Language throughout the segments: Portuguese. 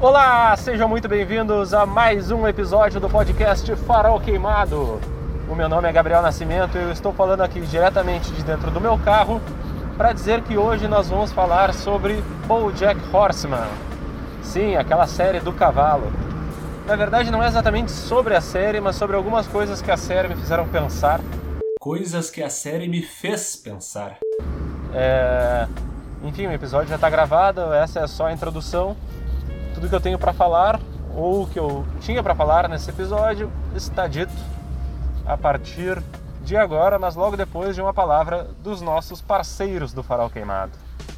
Olá, sejam muito bem-vindos a mais um episódio do podcast Farol Queimado. O meu nome é Gabriel Nascimento e eu estou falando aqui diretamente de dentro do meu carro para dizer que hoje nós vamos falar sobre BoJack Horseman. Sim, aquela série do cavalo. Na verdade não é exatamente sobre a série, mas sobre algumas coisas que a série me fizeram pensar. Coisas que a série me fez pensar. Enfim, o episódio já está gravado, essa é só a introdução. Tudo que eu tenho para falar, ou que eu tinha para falar nesse episódio, está dito a partir de agora, mas logo depois de uma palavra dos nossos parceiros do Farol Queimado.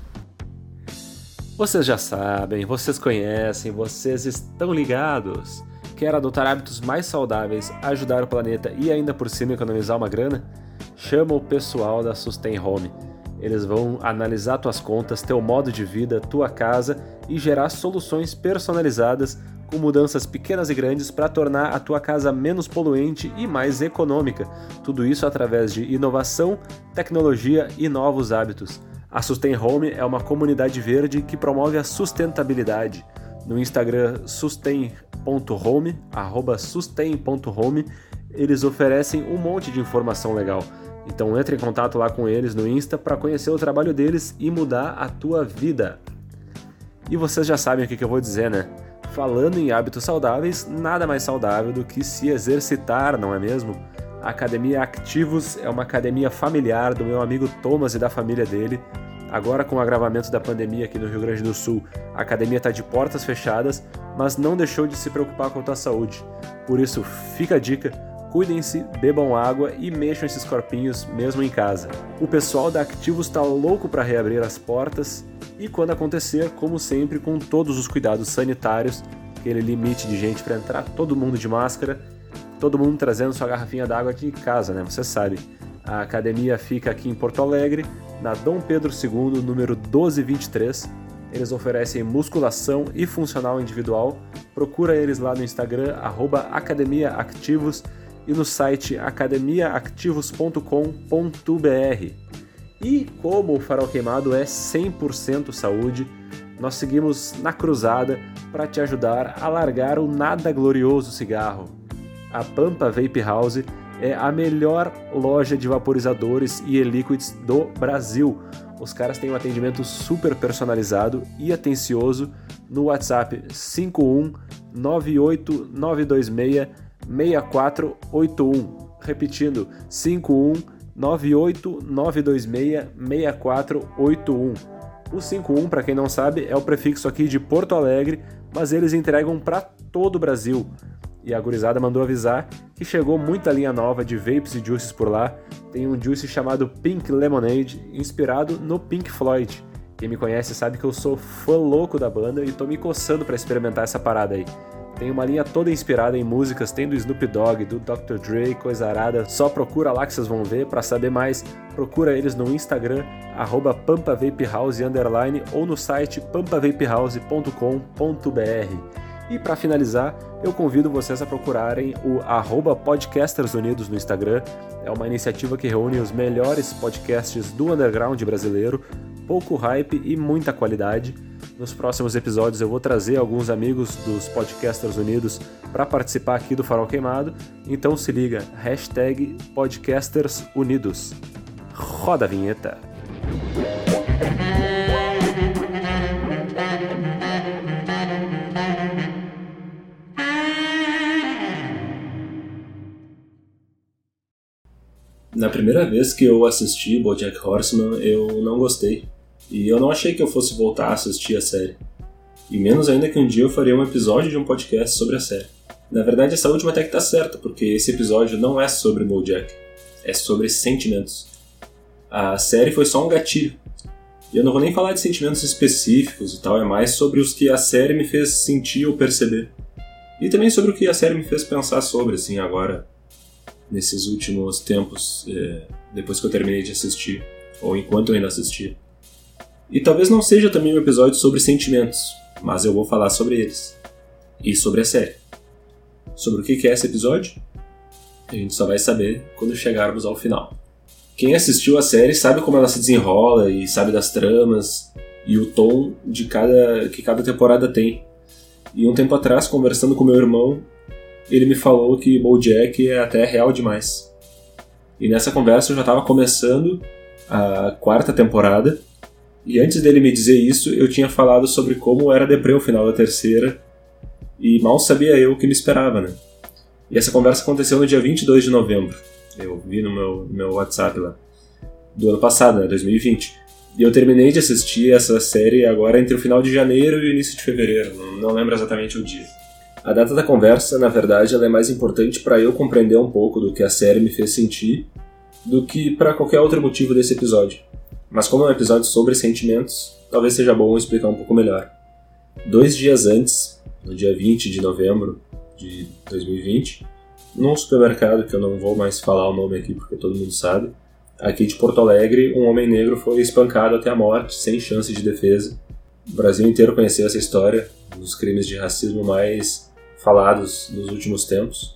Vocês já sabem, vocês conhecem, vocês estão ligados. Quer adotar hábitos mais saudáveis, ajudar o planeta e ainda por cima economizar uma grana? Chama o pessoal da Sustain Home. Eles vão analisar tuas contas, teu modo de vida, tua casa e gerar soluções personalizadas com mudanças pequenas e grandes para tornar a tua casa menos poluente e mais econômica. Tudo isso através de inovação, tecnologia e novos hábitos. A Sustain Home é uma comunidade verde que promove a sustentabilidade. No Instagram sustain.home, @sustain.home, eles oferecem um monte de informação legal. Então entre em contato lá com eles no Insta para conhecer o trabalho deles e mudar a tua vida. E vocês já sabem o que eu vou dizer, né? Falando em hábitos saudáveis, nada mais saudável do que se exercitar, não é mesmo? A Academia Activos é uma academia familiar do meu amigo Thomas e da família dele. Agora com o agravamento da pandemia aqui no Rio Grande do Sul, a academia está de portas fechadas, mas não deixou de se preocupar com a tua saúde. Por isso, fica a dica. Cuidem-se, bebam água e mexam esses corpinhos mesmo em casa. O pessoal da Activos está louco para reabrir as portas e quando acontecer, como sempre, com todos os cuidados sanitários, aquele limite de gente para entrar, todo mundo de máscara, todo mundo trazendo sua garrafinha d'água de casa, né? Você sabe. A academia fica aqui em Porto Alegre, na Dom Pedro II, número 1223. Eles oferecem musculação e funcional individual. Procura eles lá no Instagram, @academiaactivos, e no site academiaactivos.com.br. E como o Farol Queimado é 100% saúde, nós seguimos na cruzada para te ajudar a largar o nada glorioso cigarro. A Pampa Vape House é a melhor loja de vaporizadores e e-liquids do Brasil. Os caras têm um atendimento super personalizado e atencioso no WhatsApp 51989266481. Repetindo, 51989266481. O 51, para quem não sabe, é o prefixo aqui de Porto Alegre, mas eles entregam para todo o Brasil. E a gurizada mandou avisar que chegou muita linha nova de vapes e juices por lá. Tem um juice chamado Pink Lemonade, inspirado no Pink Floyd. Quem me conhece sabe que eu sou fã louco da banda e tô me coçando para experimentar essa parada aí. Tem uma linha toda inspirada em músicas, tem do Snoop Dogg, do Dr. Dre, coisa arada. Só procura lá que vocês vão ver. Para saber mais, procura eles no Instagram, @pampavapehouse_ ou no site pampavapehouse.com.br. E para finalizar, eu convido vocês a procurarem o @podcastersunidos no Instagram. É uma iniciativa que reúne os melhores podcasts do underground brasileiro, pouco hype e muita qualidade. Nos próximos episódios eu vou trazer alguns amigos dos Podcasters Unidos para participar aqui do Farol Queimado. Então se liga, #PodcastersUnidos. Roda a vinheta! Na primeira vez que eu assisti BoJack Horseman, eu não gostei. E eu não achei que eu fosse voltar a assistir a série. E menos ainda que um dia eu faria um episódio de um podcast sobre a série. Na verdade, essa última até que tá certa, porque esse episódio não é sobre BoJack. É sobre sentimentos. A série foi só um gatilho. E eu não vou nem falar de sentimentos específicos e tal, é mais sobre os que a série me fez sentir ou perceber. E também sobre o que a série me fez pensar sobre, assim, agora, nesses últimos tempos, depois que eu terminei de assistir, ou enquanto eu ainda assistia. E talvez não seja também um episódio sobre sentimentos, mas eu vou falar sobre eles. E sobre a série. Sobre o que é esse episódio? A gente só vai saber quando chegarmos ao final. Quem assistiu a série sabe como ela se desenrola e sabe das tramas e o tom de que cada temporada tem. E um tempo atrás, conversando com meu irmão, ele me falou que BoJack é até real demais. E nessa conversa eu já estava começando a 4ª temporada, e antes dele me dizer isso, eu tinha falado sobre como era deprê o final da 3ª, e mal sabia eu o que me esperava, né? E essa conversa aconteceu no dia 22 de novembro. Eu vi no meu WhatsApp lá. Do ano passado, né? 2020. E eu terminei de assistir essa série agora entre o final de janeiro e o início de fevereiro. Não lembro exatamente o dia. A data da conversa, na verdade, ela é mais importante para eu compreender um pouco do que a série me fez sentir do que para qualquer outro motivo desse episódio. Mas como é um episódio sobre sentimentos, talvez seja bom explicar um pouco melhor. 2 dias antes, no dia 20 de novembro de 2020, num supermercado que eu não vou mais falar o nome aqui porque todo mundo sabe, aqui de Porto Alegre, um homem negro foi espancado até a morte, sem chance de defesa. O Brasil inteiro conheceu essa história, um dos crimes de racismo mais falados nos últimos tempos.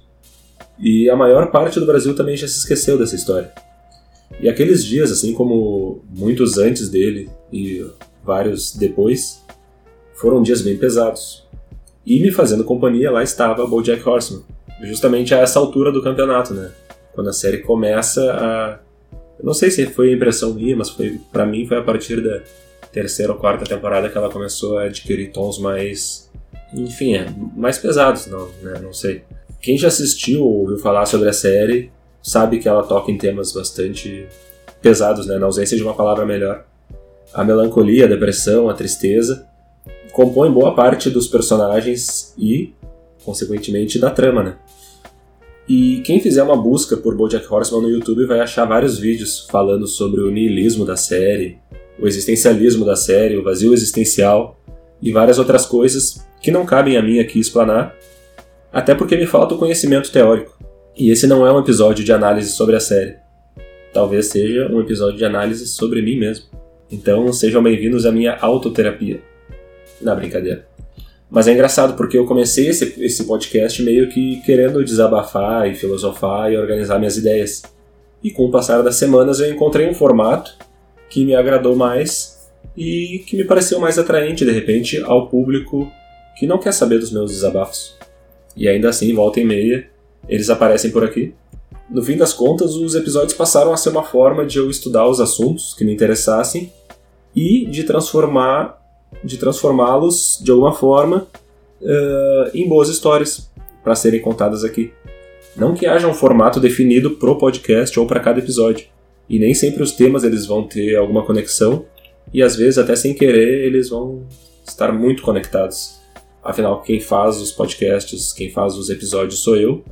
E a maior parte do Brasil também já se esqueceu dessa história. E aqueles dias, assim como muitos antes dele e vários depois, foram dias bem pesados. E me fazendo companhia, lá estava BoJack Horseman, justamente a essa altura do campeonato, né? Quando a série começa a... Eu não sei se foi impressão minha, mas pra mim foi a partir da 3ª ou 4ª temporada que ela começou a adquirir tons mais... Enfim, mais pesados, não sei. Quem já assistiu ou ouviu falar sobre a série sabe que ela toca em temas bastante pesados, né? Na ausência de uma palavra melhor. A melancolia, a depressão, a tristeza compõem boa parte dos personagens e, consequentemente, da trama, né? E quem fizer uma busca por BoJack Horseman no YouTube vai achar vários vídeos falando sobre o niilismo da série, o existencialismo da série, o vazio existencial e várias outras coisas que não cabem a mim aqui explanar, até porque me falta o conhecimento teórico. E esse não é um episódio de análise sobre a série. Talvez seja um episódio de análise sobre mim mesmo. Então sejam bem-vindos à minha autoterapia. Na brincadeira. Mas é engraçado porque eu comecei esse podcast meio que querendo desabafar e filosofar e organizar minhas ideias. E com o passar das semanas eu encontrei um formato que me agradou mais e que me pareceu mais atraente, de repente, ao público que não quer saber dos meus desabafos. E ainda assim, volta e meia, eles aparecem por aqui. No fim das contas, os episódios passaram a ser uma forma de eu estudar os assuntos que me interessassem e de transformá-los, de alguma forma, em boas histórias para serem contadas aqui. Não que haja um formato definido pro podcast ou para cada episódio. E nem sempre os temas eles vão ter alguma conexão, e às vezes, até sem querer, eles vão estar muito conectados. Afinal, quem faz os podcasts, quem faz os episódios sou eu.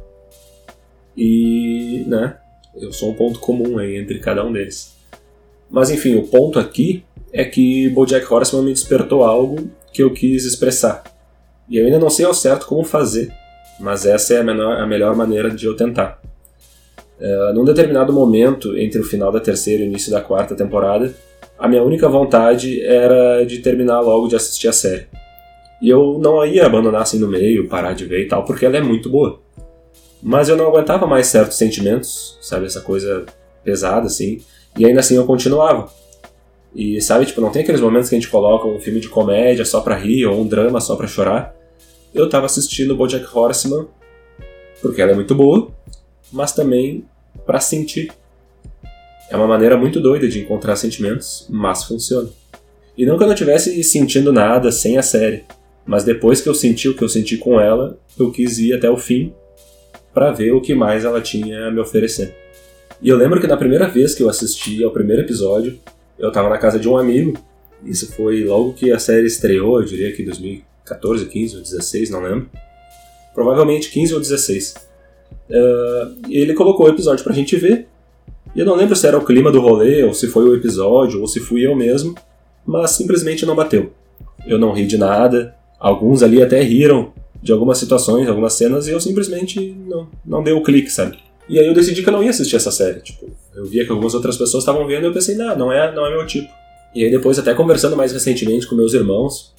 E, né, eu sou um ponto comum aí entre cada um deles. Mas enfim, o ponto aqui é que BoJack Horseman me despertou algo que eu quis expressar. E eu ainda não sei ao certo como fazer, mas essa é a melhor maneira de eu tentar. Num determinado momento, entre o final da 3ª e o início da 4ª temporada, a minha única vontade era de terminar logo de assistir a série. E eu não ia abandonar assim no meio, parar de ver e tal, porque ela é muito boa. Mas eu não aguentava mais certos sentimentos, sabe, essa coisa pesada assim, e ainda assim eu continuava. E sabe, tipo, não tem aqueles momentos que a gente coloca um filme de comédia só pra rir, ou um drama só pra chorar. Eu tava assistindo BoJack Horseman porque ela é muito boa, mas também pra sentir. É uma maneira muito doida de encontrar sentimentos, mas funciona. E não que eu não estivesse sentindo nada sem a série, mas depois que eu senti o que eu senti com ela, eu quis ir até o fim pra ver o que mais ela tinha a me oferecer. E eu lembro que na primeira vez que eu assisti ao primeiro episódio, eu tava na casa de um amigo. Isso foi logo que a série estreou, eu diria que 2014, 15 ou 16, não lembro. Provavelmente 15 ou 16. E ele colocou o episódio pra gente ver. E eu não lembro se era o clima do rolê, ou se foi o episódio, ou se fui eu mesmo. Mas simplesmente não bateu. Eu não ri de nada. Alguns ali até riram de algumas situações, algumas cenas, e eu simplesmente não dei o clique, sabe? E aí eu decidi que eu não ia assistir essa série. Tipo, eu via que algumas outras pessoas estavam vendo e eu pensei, não é meu tipo. E aí depois, até conversando mais recentemente com meus irmãos,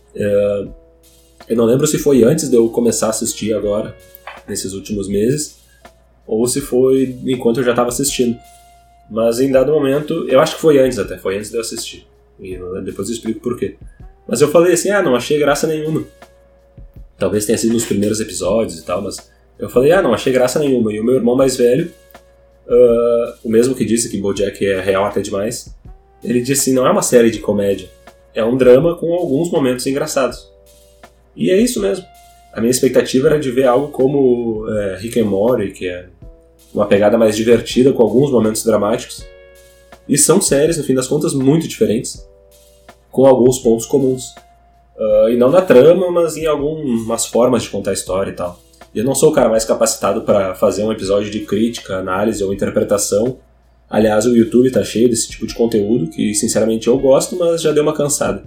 eu não lembro se foi antes de eu começar a assistir agora, nesses últimos meses, ou se foi enquanto eu já estava assistindo. Mas em dado momento, eu acho que foi antes de eu assistir. E depois eu explico por quê. Mas eu falei assim, não achei graça nenhuma. Talvez tenha sido nos primeiros episódios e tal, mas eu falei, não achei graça nenhuma. E o meu irmão mais velho, o mesmo que disse que BoJack é real até demais, ele disse, não é uma série de comédia, é um drama com alguns momentos engraçados. E é isso mesmo. A minha expectativa era de ver algo como Rick and Morty, que é uma pegada mais divertida com alguns momentos dramáticos. E são séries, no fim das contas, muito diferentes, com alguns pontos comuns. E não na trama, mas em algumas formas de contar a história e tal. E eu não sou o cara mais capacitado para fazer um episódio de crítica, análise ou interpretação. Aliás, o YouTube tá cheio desse tipo de conteúdo, que sinceramente eu gosto, mas já deu uma cansada.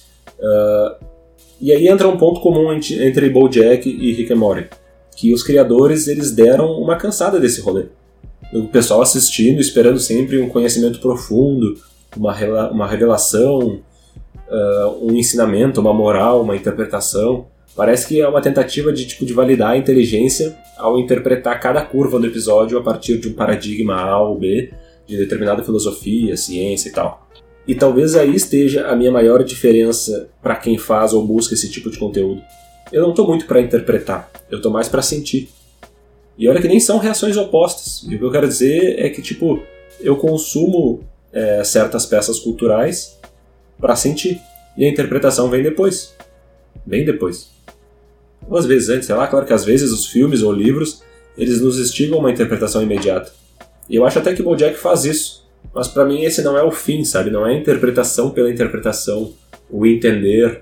E aí entra um ponto comum entre BoJack e Rick and Morty, que os criadores eles deram uma cansada desse rolê. O pessoal assistindo, esperando sempre um conhecimento profundo, uma revelação, um ensinamento, uma moral, uma interpretação. Parece que é uma tentativa de validar a inteligência ao interpretar cada curva do episódio a partir de um paradigma A ou B, de determinada filosofia, ciência e tal. E talvez aí esteja a minha maior diferença para quem faz ou busca esse tipo de conteúdo. Eu não estou muito para interpretar, eu estou mais para sentir. E olha que nem são reações opostas. E o que eu quero dizer é que, eu consumo certas peças culturais para sentir. E a interpretação vem depois. Bem depois. Ou às vezes antes, sei lá, claro que às vezes os filmes ou livros, eles nos instigam a uma interpretação imediata. E eu acho até que BoJack faz isso. Mas pra mim esse não é o fim, sabe? Não é a interpretação pela interpretação, o entender,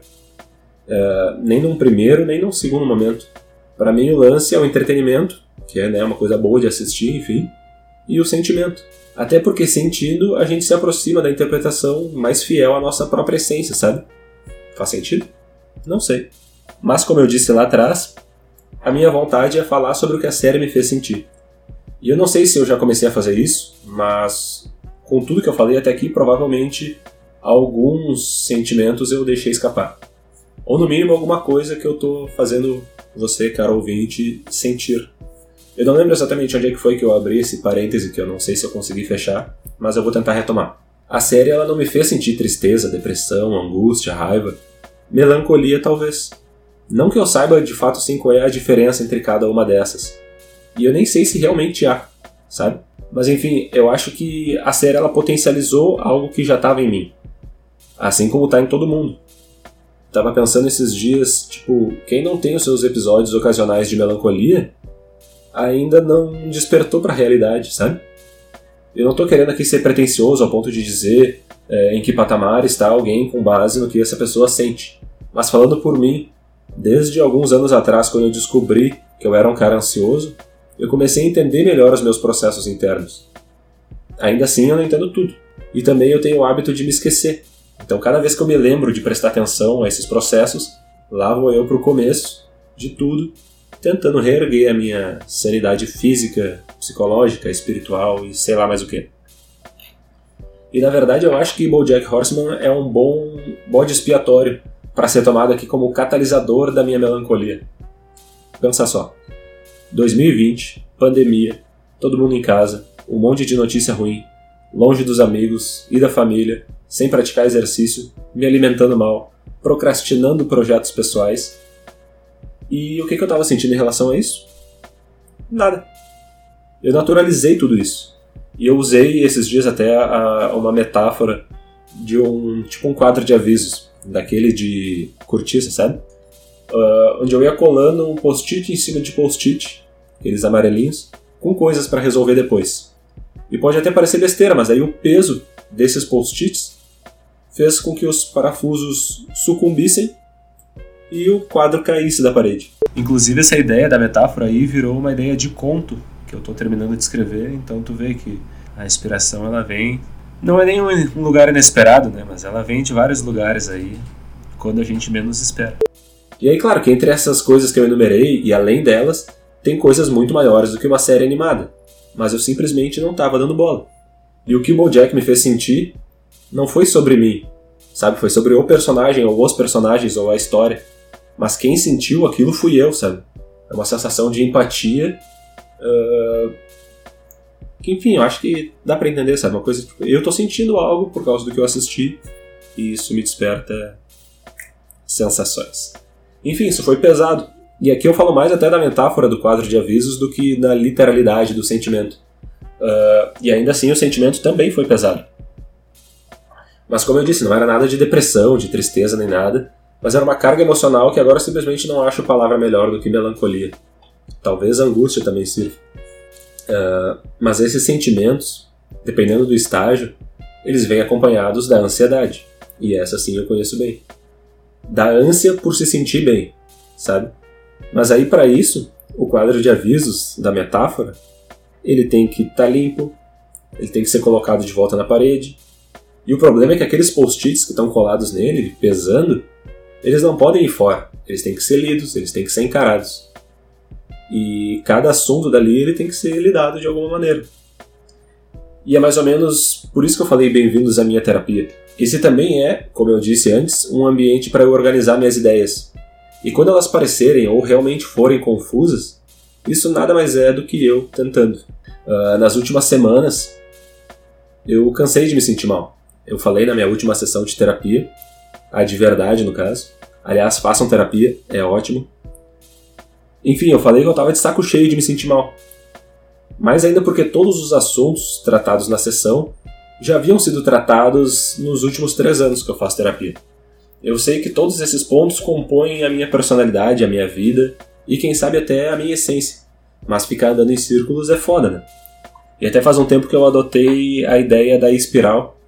nem num primeiro, nem num segundo momento. Pra mim o lance é o entretenimento, que é uma coisa boa de assistir, enfim, e o sentimento. Até porque sentindo a gente se aproxima da interpretação mais fiel à nossa própria essência, sabe? Faz sentido? Não sei. Mas como eu disse lá atrás, a minha vontade é falar sobre o que a série me fez sentir. E eu não sei se eu já comecei a fazer isso, mas com tudo que eu falei até aqui, provavelmente alguns sentimentos eu deixei escapar. Ou no mínimo alguma coisa que eu tô fazendo você, caro ouvinte, sentir. Eu não lembro exatamente onde é que foi que eu abri esse parêntese, que eu não sei se eu consegui fechar, mas eu vou tentar retomar. A série ela não me fez sentir tristeza, depressão, angústia, raiva, melancolia talvez. Não que eu saiba de fato sim qual é a diferença entre cada uma dessas. E eu nem sei se realmente há, sabe? Mas enfim, eu acho que a série ela potencializou algo que já estava em mim. Assim como está em todo mundo. Tava pensando esses dias, quem não tem os seus episódios ocasionais de melancolia, ainda não despertou para a realidade, sabe? Eu não tô querendo aqui ser pretensioso ao ponto de dizer em que patamar está alguém com base no que essa pessoa sente. Mas falando por mim, desde alguns anos atrás, quando eu descobri que eu era um cara ansioso, eu comecei a entender melhor os meus processos internos. Ainda assim, eu não entendo tudo. E também eu tenho o hábito de me esquecer. Então, cada vez que eu me lembro de prestar atenção a esses processos, lá vou eu pro começo de tudo, tentando reerguer a minha sanidade física, psicológica, espiritual e sei lá mais o que. E na verdade eu acho que BoJack Horseman é um bom bode expiatório para ser tomado aqui como catalisador da minha melancolia. Pensa só. 2020, pandemia, todo mundo em casa, um monte de notícia ruim, longe dos amigos e da família, sem praticar exercício, me alimentando mal, procrastinando projetos pessoais. E o que eu estava sentindo em relação a isso? Nada. Eu naturalizei tudo isso. E eu usei esses dias até uma metáfora de um quadro de avisos, daquele de cortiça, sabe? Onde eu ia colando um post-it em cima de post-it, aqueles amarelinhos, com coisas para resolver depois. E pode até parecer besteira, mas aí o peso desses post-its fez com que os parafusos sucumbissem e o quadro caísse da parede. Inclusive essa ideia da metáfora aí virou uma ideia de conto que eu estou terminando de escrever, então tu vê que a inspiração ela vem, não é nem um lugar inesperado, né, mas ela vem de vários lugares aí, quando a gente menos espera. E aí, claro, que entre essas coisas que eu enumerei, e além delas, tem coisas muito maiores do que uma série animada, mas eu simplesmente não estava dando bola. E o que o BoJack me fez sentir não foi sobre mim, sabe, foi sobre o personagem, ou os personagens, ou a história, mas quem sentiu aquilo fui eu, sabe? É uma sensação de empatia, que enfim, eu acho que dá pra entender, sabe? Uma coisa, eu tô sentindo algo por causa do que eu assisti, e isso me desperta sensações. Enfim, isso foi pesado, E aqui eu falo mais até da metáfora do quadro de avisos do que da literalidade do sentimento. E ainda assim o sentimento também foi pesado. Mas como eu disse, não era nada de depressão, de tristeza nem nada, mas era uma carga emocional que agora simplesmente não acho palavra melhor do que melancolia. Talvez angústia também sirva. Mas esses sentimentos, dependendo do estágio, eles vêm acompanhados da ansiedade. E essa sim eu conheço bem. Da ânsia por se sentir bem, sabe? Mas aí para isso, o quadro de avisos da metáfora, ele tem que estar limpo, ele tem que ser colocado de volta na parede. E o problema é que aqueles post-its que estão colados nele, pesando, eles não podem ir fora. Eles têm que ser lidos, eles têm que ser encarados. E cada assunto dali ele tem que ser lidado de alguma maneira. E é mais ou menos por isso que eu falei bem-vindos à minha terapia. Esse também é, como eu disse antes, um ambiente para eu organizar minhas ideias. E quando elas parecerem ou realmente forem confusas, isso nada mais é do que eu tentando. Nas últimas semanas, eu cansei de me sentir mal. Eu falei na minha última sessão de terapia, a de verdade no caso. Aliás, façam terapia, é ótimo. Enfim, eu falei que eu estava de saco cheio de me sentir mal. Mais ainda porque todos os assuntos tratados na sessão já haviam sido tratados nos últimos 3 anos que eu faço terapia. Eu sei que todos esses pontos compõem a minha personalidade, a minha vida e quem sabe até a minha essência. Mas ficar andando em círculos é foda, né? E até faz um tempo que eu adotei a ideia da espiral.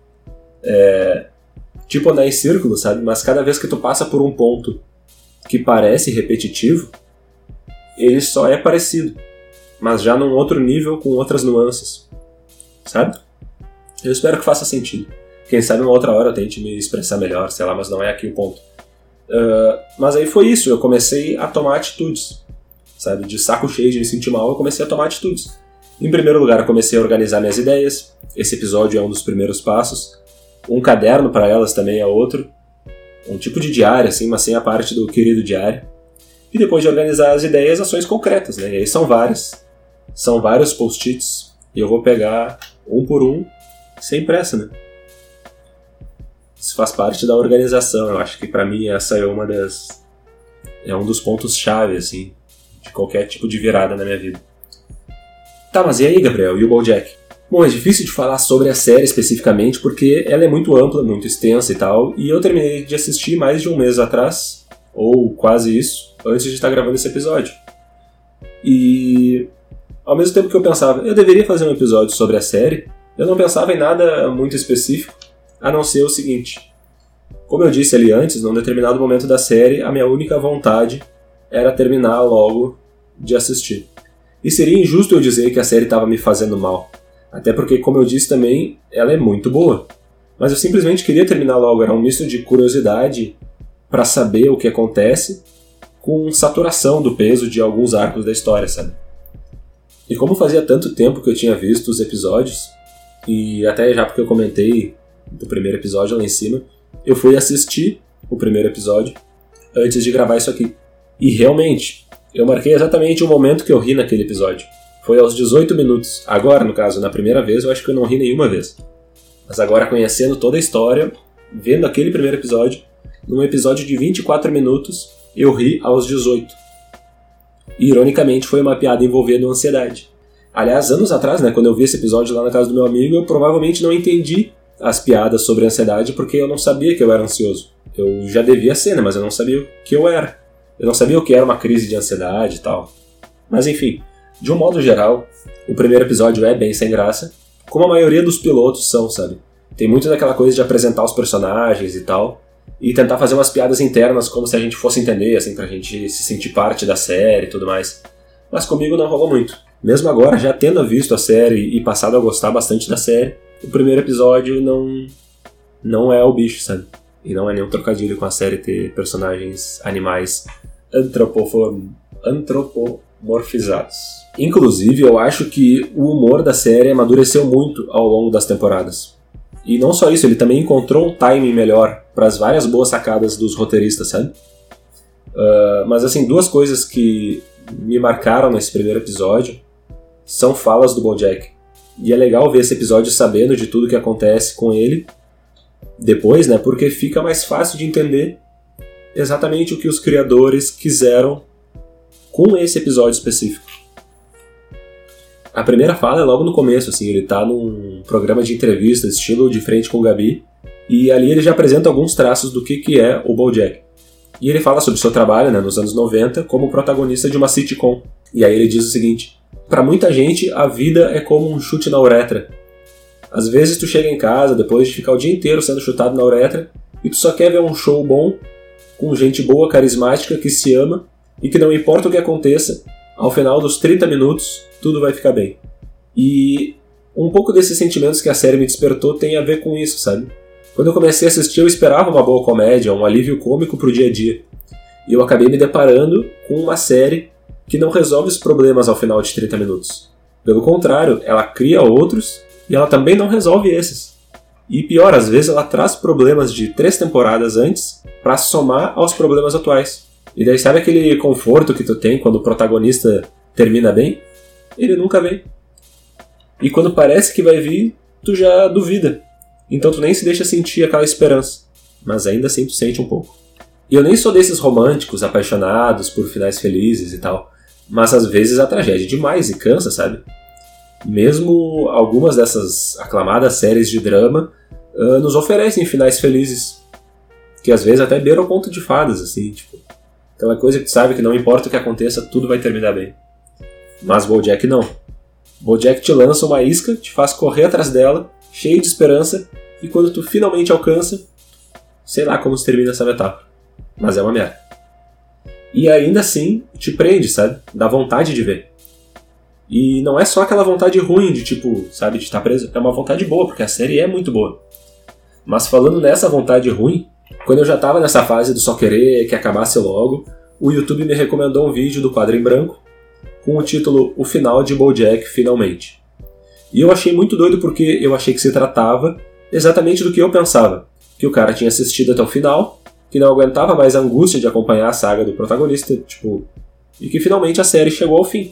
Tipo andar em círculo, sabe? Mas cada vez que tu passa por um ponto que parece repetitivo, ele só é parecido, mas já num outro nível com outras nuances, sabe? Eu espero que faça sentido. Quem sabe uma outra hora eu tente me expressar melhor, sei lá, mas não é aqui o ponto. Mas aí foi isso, eu comecei a tomar atitudes, sabe? De saco cheio de me sentir mal, eu comecei a tomar atitudes. Em primeiro lugar, eu comecei a organizar minhas ideias. Esse episódio é um dos primeiros passos. Um caderno para elas também é outro. Um tipo de diário, assim, mas sem a parte do querido diário. E depois de organizar as ideias, ações concretas, né? E aí são várias. São vários post-its. E eu vou pegar um por um, sem pressa, né? Isso faz parte da organização. Eu acho que pra mim essa é um dos pontos-chave, assim, de qualquer tipo de virada na minha vida. Tá, mas e aí, Gabriel? E o BoJack? Bom, é difícil de falar sobre a série especificamente porque ela é muito ampla, muito extensa e tal, e eu terminei de assistir mais de um mês atrás, ou quase isso, antes de estar gravando esse episódio. E ao mesmo tempo que eu pensava, eu deveria fazer um episódio sobre a série, eu não pensava em nada muito específico, a não ser o seguinte. Como eu disse ali antes, num determinado momento da série, a minha única vontade era terminar logo de assistir. E seria injusto eu dizer que a série estava me fazendo mal. Até porque, como eu disse também, ela é muito boa. Mas eu simplesmente queria terminar logo, era um misto de curiosidade para saber o que acontece com saturação do peso de alguns arcos da história, sabe? E como fazia tanto tempo que eu tinha visto os episódios, e até já porque eu comentei do primeiro episódio lá em cima, eu fui assistir o primeiro episódio antes de gravar isso aqui. E realmente, eu marquei exatamente o momento que eu ri naquele episódio. Foi aos 18 minutos. Agora, no caso, na primeira vez, eu acho que eu não ri nenhuma vez. Mas agora, conhecendo toda a história, vendo aquele primeiro episódio, num episódio de 24 minutos, eu ri aos 18. E, ironicamente, foi uma piada envolvendo ansiedade. Aliás, anos atrás, né, quando eu vi esse episódio lá na casa do meu amigo, eu provavelmente não entendi as piadas sobre ansiedade porque eu não sabia que eu era ansioso. Eu já devia ser, né, mas eu não sabia o que eu era. Eu não sabia o que era uma crise de ansiedade e tal. Mas, enfim, de um modo geral, o primeiro episódio é bem sem graça, como a maioria dos pilotos são, sabe? Tem muito daquela coisa de apresentar os personagens e tal, e tentar fazer umas piadas internas como se a gente fosse entender, assim, pra gente se sentir parte da série e tudo mais. Mas comigo não rolou muito. Mesmo agora, já tendo visto a série e passado a gostar bastante da série, o primeiro episódio não é o bicho, sabe? E não é nenhum trocadilho com a série ter personagens animais antropomorfizados. Inclusive, eu acho que o humor da série amadureceu muito ao longo das temporadas. E não só isso, ele também encontrou um timing melhor para as várias boas sacadas dos roteiristas, sabe? Mas assim, duas coisas que me marcaram nesse primeiro episódio são falas do BoJack. E é legal ver esse episódio sabendo de tudo que acontece com ele depois, né? Porque fica mais fácil de entender exatamente o que os criadores quiseram com esse episódio específico. A primeira fala é logo no começo, assim, ele tá num programa de entrevista, estilo De Frente com o Gabi, e ali ele já apresenta alguns traços do que é o BoJack. E ele fala sobre seu trabalho, né, nos anos 90, como protagonista de uma sitcom. E aí ele diz o seguinte: para muita gente, a vida é como um chute na uretra. Às vezes tu chega em casa, depois de ficar o dia inteiro sendo chutado na uretra, e tu só quer ver um show bom, com gente boa, carismática, que se ama, e que não importa o que aconteça, ao final dos 30 minutos, tudo vai ficar bem. E um pouco desses sentimentos que a série me despertou tem a ver com isso, sabe? Quando eu comecei a assistir, eu esperava uma boa comédia, um alívio cômico pro dia a dia. E eu acabei me deparando com uma série que não resolve os problemas ao final de 30 minutos. Pelo contrário, ela cria outros e ela também não resolve esses. E pior, às vezes ela traz problemas de 3 temporadas antes para somar aos problemas atuais. E daí sabe aquele conforto que tu tem quando o protagonista termina bem? Ele nunca vem. E quando parece que vai vir, tu já duvida. Então tu nem se deixa sentir aquela esperança. Mas ainda assim tu sente um pouco. E eu nem sou desses românticos, apaixonados por finais felizes e tal. Mas às vezes a tragédia é demais e cansa, sabe? Mesmo algumas dessas aclamadas séries de drama nos oferecem finais felizes. Que às vezes até beiram conto de fadas, assim, tipo... Aquela coisa que tu sabe que não importa o que aconteça, tudo vai terminar bem. Mas BoJack não. BoJack te lança uma isca, te faz correr atrás dela, cheio de esperança, e quando tu finalmente alcança, sei lá como se termina essa metáfora. Mas é uma merda. E ainda assim, te prende, sabe? Dá vontade de ver. E não é só aquela vontade ruim de tipo, sabe, de estar preso. É uma vontade boa, porque a série é muito boa. Mas falando nessa vontade ruim, quando eu já tava nessa fase do só querer que acabasse logo, o YouTube me recomendou um vídeo do Quadro em Branco com o título O Final de BoJack Finalmente. E eu achei muito doido porque eu achei que se tratava exatamente do que eu pensava. Que o cara tinha assistido até o final, que não aguentava mais a angústia de acompanhar a saga do protagonista, tipo... E que finalmente a série chegou ao fim.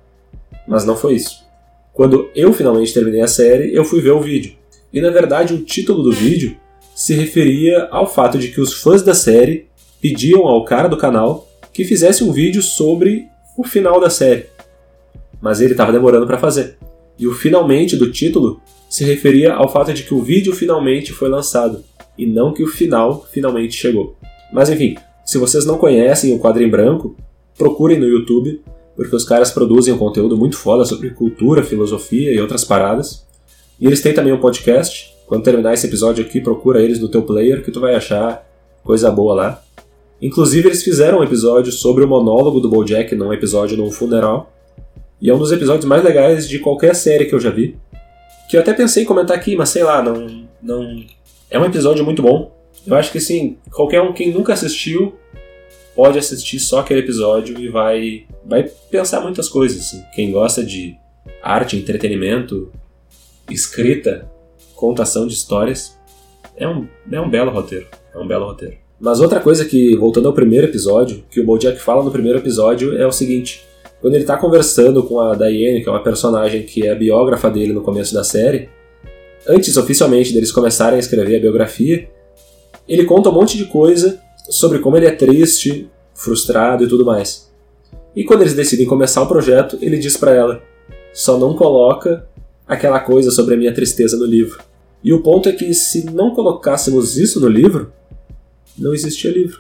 Mas não foi isso. Quando eu finalmente terminei a série, eu fui ver o vídeo. E na verdade o título do vídeo se referia ao fato de que os fãs da série pediam ao cara do canal que fizesse um vídeo sobre o final da série. Mas ele estava demorando para fazer. E o finalmente do título se referia ao fato de que o vídeo finalmente foi lançado, e não que o final finalmente chegou. Mas enfim, se vocês não conhecem o Quadro em Branco, procurem no YouTube, porque os caras produzem um conteúdo muito foda sobre cultura, filosofia e outras paradas. E eles têm também um podcast. Quando terminar esse episódio aqui, procura eles no teu player, que tu vai achar coisa boa lá. Inclusive, eles fizeram um episódio sobre o monólogo do BoJack num episódio num funeral. E é um dos episódios mais legais de qualquer série que eu já vi. Que eu até pensei em comentar aqui, mas sei lá, não... É um episódio muito bom. Eu acho que, assim, qualquer um, quem nunca assistiu, pode assistir só aquele episódio e vai pensar muitas coisas, assim. Quem gosta de arte, entretenimento, escrita, contação de histórias, é um belo roteiro. É um belo roteiro. Mas outra coisa que, voltando ao primeiro episódio, que o BoJack fala no primeiro episódio é o seguinte: quando ele tá conversando com a Diane, que é uma personagem que é a biógrafa dele no começo da série, antes oficialmente deles começarem a escrever a biografia, ele conta um monte de coisa sobre como ele é triste, frustrado e tudo mais. E quando eles decidem começar o projeto, ele diz pra ela: só não coloca aquela coisa sobre a minha tristeza no livro. E o ponto é que se não colocássemos isso no livro, não existia livro.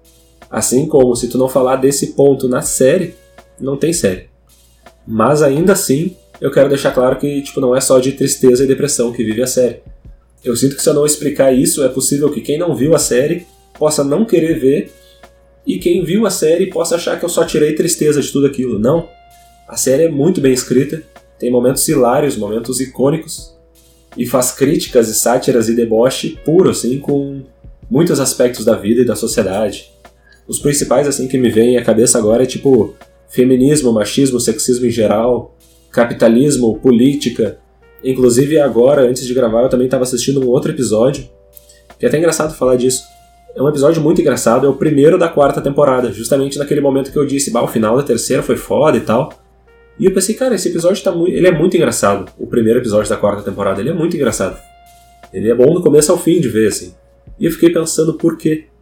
Assim como se tu não falar desse ponto na série, não tem série. Mas ainda assim, eu quero deixar claro que não é só de tristeza e depressão que vive a série. Eu sinto que se eu não explicar isso, é possível que quem não viu a série possa não querer ver, e quem viu a série possa achar que eu só tirei tristeza de tudo aquilo. Não. A série é muito bem escrita, tem momentos hilários, momentos icônicos, e faz críticas e sátiras e deboche puro, assim, com muitos aspectos da vida e da sociedade. Os principais, assim, que me vêm à cabeça agora é feminismo, machismo, sexismo em geral, capitalismo, política. Inclusive agora, antes de gravar, eu também estava assistindo um outro episódio, que é até engraçado falar disso. É um episódio muito engraçado, é o primeiro da 4ª temporada, justamente naquele momento que eu disse, o final da 3ª foi foda e tal. E eu pensei, cara, esse episódio ele é muito engraçado. O primeiro episódio da 4ª temporada, ele é muito engraçado. Ele é bom do começo ao fim de ver, assim. E eu fiquei pensando por quê.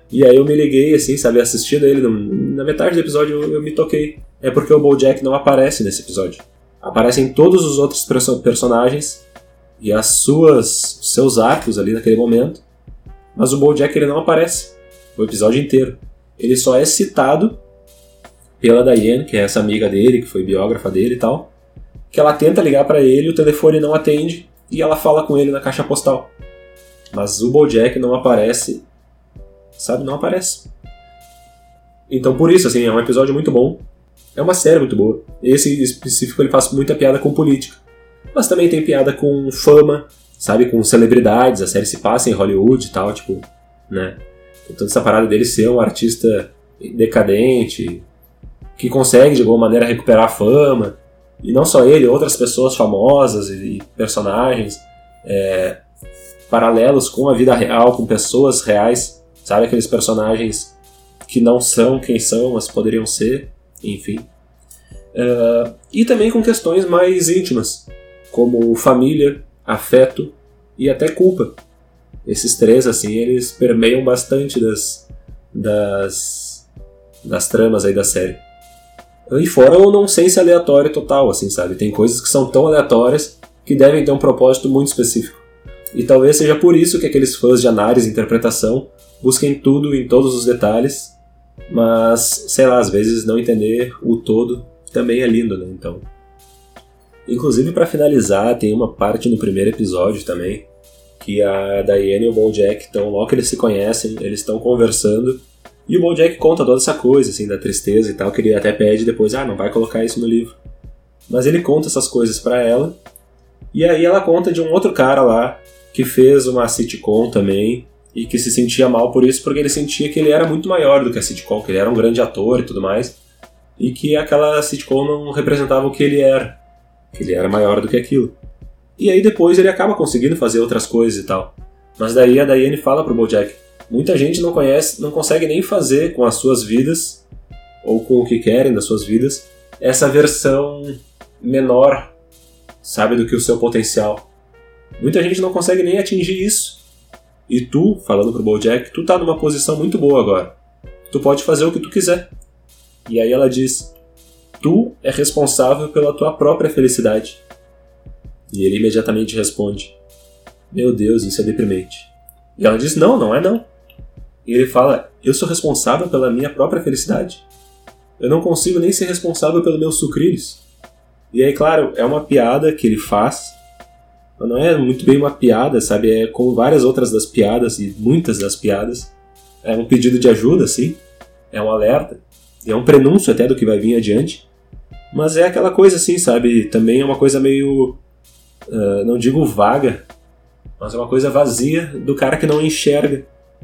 E aí eu me liguei, assim, sabe, assistindo ele, na metade do episódio eu me toquei. É porque o BoJack não aparece nesse episódio. Aparecem todos os outros personagens e seus arcos ali naquele momento, mas o BoJack ele não aparece o episódio inteiro. Ele só é citado pela Diane, que é essa amiga dele, que foi biógrafa dele e tal, que ela tenta ligar pra ele, o telefone não atende e ela fala com ele na caixa postal. Mas o BoJack não aparece, sabe? Não aparece. Então por isso, assim, é um episódio muito bom. É uma série muito boa. Esse específico ele faz muita piada com política. Mas também tem piada com fama, sabe? Com celebridades. A série se passa em Hollywood e tal, tipo, né? Tem toda essa parada dele ser um artista decadente, que consegue de alguma maneira recuperar a fama. E não só ele, outras pessoas famosas e personagens paralelos com a vida real, com pessoas reais, sabe? Aqueles personagens que não são quem são, mas poderiam ser, enfim. E também com questões mais íntimas, como família, afeto e até culpa. Esses três, assim, eles permeiam bastante das tramas aí da série. E fora o nonsense aleatório total, assim, sabe? Tem coisas que são tão aleatórias que devem ter um propósito muito específico. E talvez seja por isso que aqueles fãs de análise e interpretação busquem tudo em todos os detalhes, mas, sei lá, às vezes não entender o todo também é lindo, né? Então, inclusive, para finalizar, tem uma parte no primeiro episódio também, que a Diane e o BoJack estão, logo que eles se conhecem, eles estão conversando, e o BoJack conta toda essa coisa, assim, da tristeza e tal, que ele até pede depois, não vai colocar isso no livro. Mas ele conta essas coisas pra ela, e aí ela conta de um outro cara lá, que fez uma sitcom também, e que se sentia mal por isso, porque ele sentia que ele era muito maior do que a sitcom, que ele era um grande ator e tudo mais, e que aquela sitcom não representava o que ele era maior do que aquilo. E aí depois ele acaba conseguindo fazer outras coisas e tal. Mas daí a Diane fala pro BoJack, muita gente não consegue nem fazer com as suas vidas, ou com o que querem das suas vidas, essa versão menor, sabe, do que o seu potencial. Muita gente não consegue nem atingir isso. E tu, falando pro BoJack, tu tá numa posição muito boa agora. Tu pode fazer o que tu quiser. E aí ela diz, tu é responsável pela tua própria felicidade. E ele imediatamente responde, meu Deus, isso é deprimente. E ela diz, não é não. E ele fala, eu sou responsável pela minha própria felicidade? Eu não consigo nem ser responsável pelos meus sucrilhos. E aí, claro, é uma piada que ele faz, mas não é muito bem uma piada, sabe? É como várias outras das piadas, e muitas das piadas. É um pedido de ajuda, assim. É um alerta. É um prenúncio até do que vai vir adiante. Mas é aquela coisa assim, sabe? Também é uma coisa meio... não digo vaga, mas é uma coisa vazia do cara que não enxerga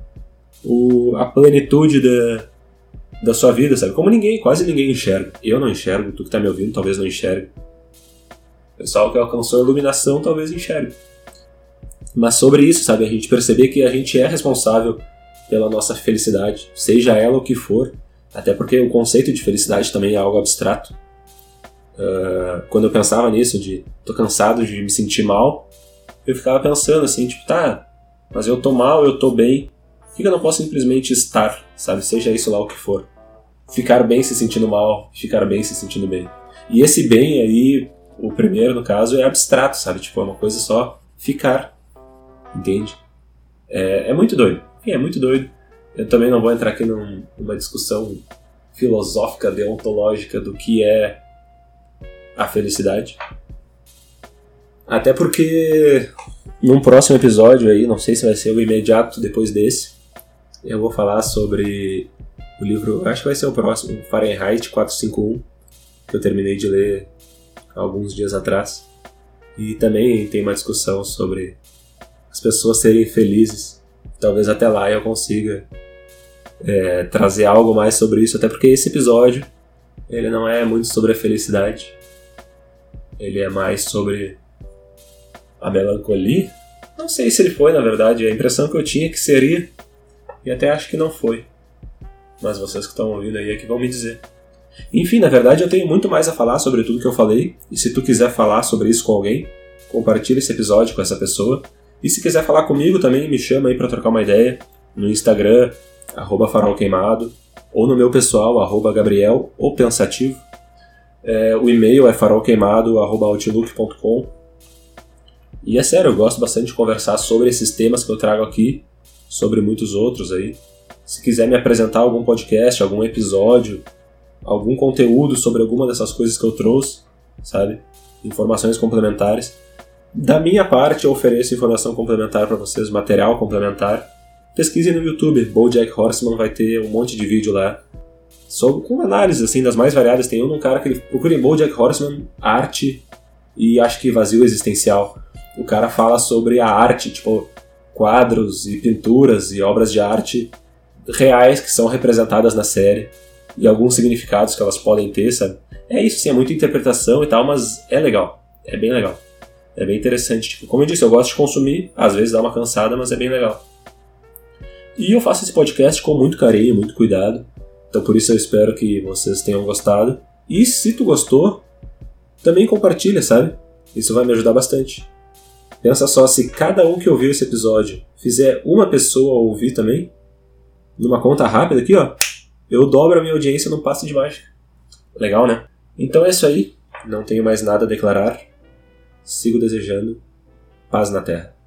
a plenitude da sua vida, sabe? Como quase ninguém enxerga. Eu não enxergo, tu que tá me ouvindo talvez não enxergue. O pessoal que alcançou a iluminação talvez enxergue. Mas sobre isso, sabe? A gente perceber que a gente é responsável pela nossa felicidade, seja ela o que for, até porque o conceito de felicidade também é algo abstrato. Quando eu pensava nisso, de tô cansado de me sentir mal, eu ficava pensando assim, tipo, tá, mas eu tô mal, eu tô bem, por que eu não posso simplesmente estar, sabe? Seja isso lá o que for. Ficar bem se sentindo mal, ficar bem se sentindo bem. E esse bem aí, o primeiro no caso, é abstrato, sabe? Tipo, é uma coisa só ficar, entende? É muito doido. É muito doido. Eu também não vou entrar aqui numa discussão filosófica, deontológica do que é a felicidade. Até porque num próximo episódio aí, não sei se vai ser o imediato depois desse, eu vou falar sobre o livro, acho que vai ser o próximo, Fahrenheit 451, que eu terminei de ler alguns dias atrás. E também tem uma discussão sobre as pessoas serem felizes. Talvez até lá eu consiga trazer algo mais sobre isso, até porque esse episódio ele não é muito sobre a felicidade, ele é mais sobre a melancolia. Não sei se ele foi, na verdade, a impressão que eu tinha que seria, e até acho que não foi, mas vocês que estão ouvindo aí é que vão me dizer. Enfim, na verdade eu tenho muito mais a falar sobre tudo que eu falei, e se tu quiser falar sobre isso com alguém, compartilha esse episódio com essa pessoa. E se quiser falar comigo também, me chama aí pra trocar uma ideia no Instagram, @farolqueimado, ou no meu pessoal, @gabriel_pensativo. O e-mail é farolqueimado@outlook.com. E é sério, eu gosto bastante de conversar sobre esses temas que eu trago aqui, sobre muitos outros aí. Se quiser me apresentar algum podcast, algum episódio, algum conteúdo sobre alguma dessas coisas que eu trouxe, sabe? Informações complementares. Da minha parte, eu ofereço informação complementar para vocês, material complementar. Pesquisem no YouTube, BoJack Horseman, vai ter um monte de vídeo lá. Com análises assim, das mais variadas. Tem um de um cara que ele procura em BoJack Horseman, arte e acho que vazio existencial. O cara fala sobre a arte, tipo quadros e pinturas e obras de arte reais que são representadas na série e alguns significados que elas podem ter, sabe? É isso sim, é muita interpretação e tal, mas é legal, é bem legal, é bem interessante. Tipo, como eu disse, eu gosto de consumir, às vezes dá uma cansada, mas é bem legal. E eu faço esse podcast com muito carinho, muito cuidado, então por isso eu espero que vocês tenham gostado. E se tu gostou, também compartilha, sabe? Isso vai me ajudar bastante. Pensa só, se cada um que ouviu esse episódio fizer uma pessoa ouvir também, numa conta rápida aqui, ó, eu dobro a minha audiência num passe de mágica. Legal, né? Então é isso aí. Não tenho mais nada a declarar. Sigo desejando paz na Terra.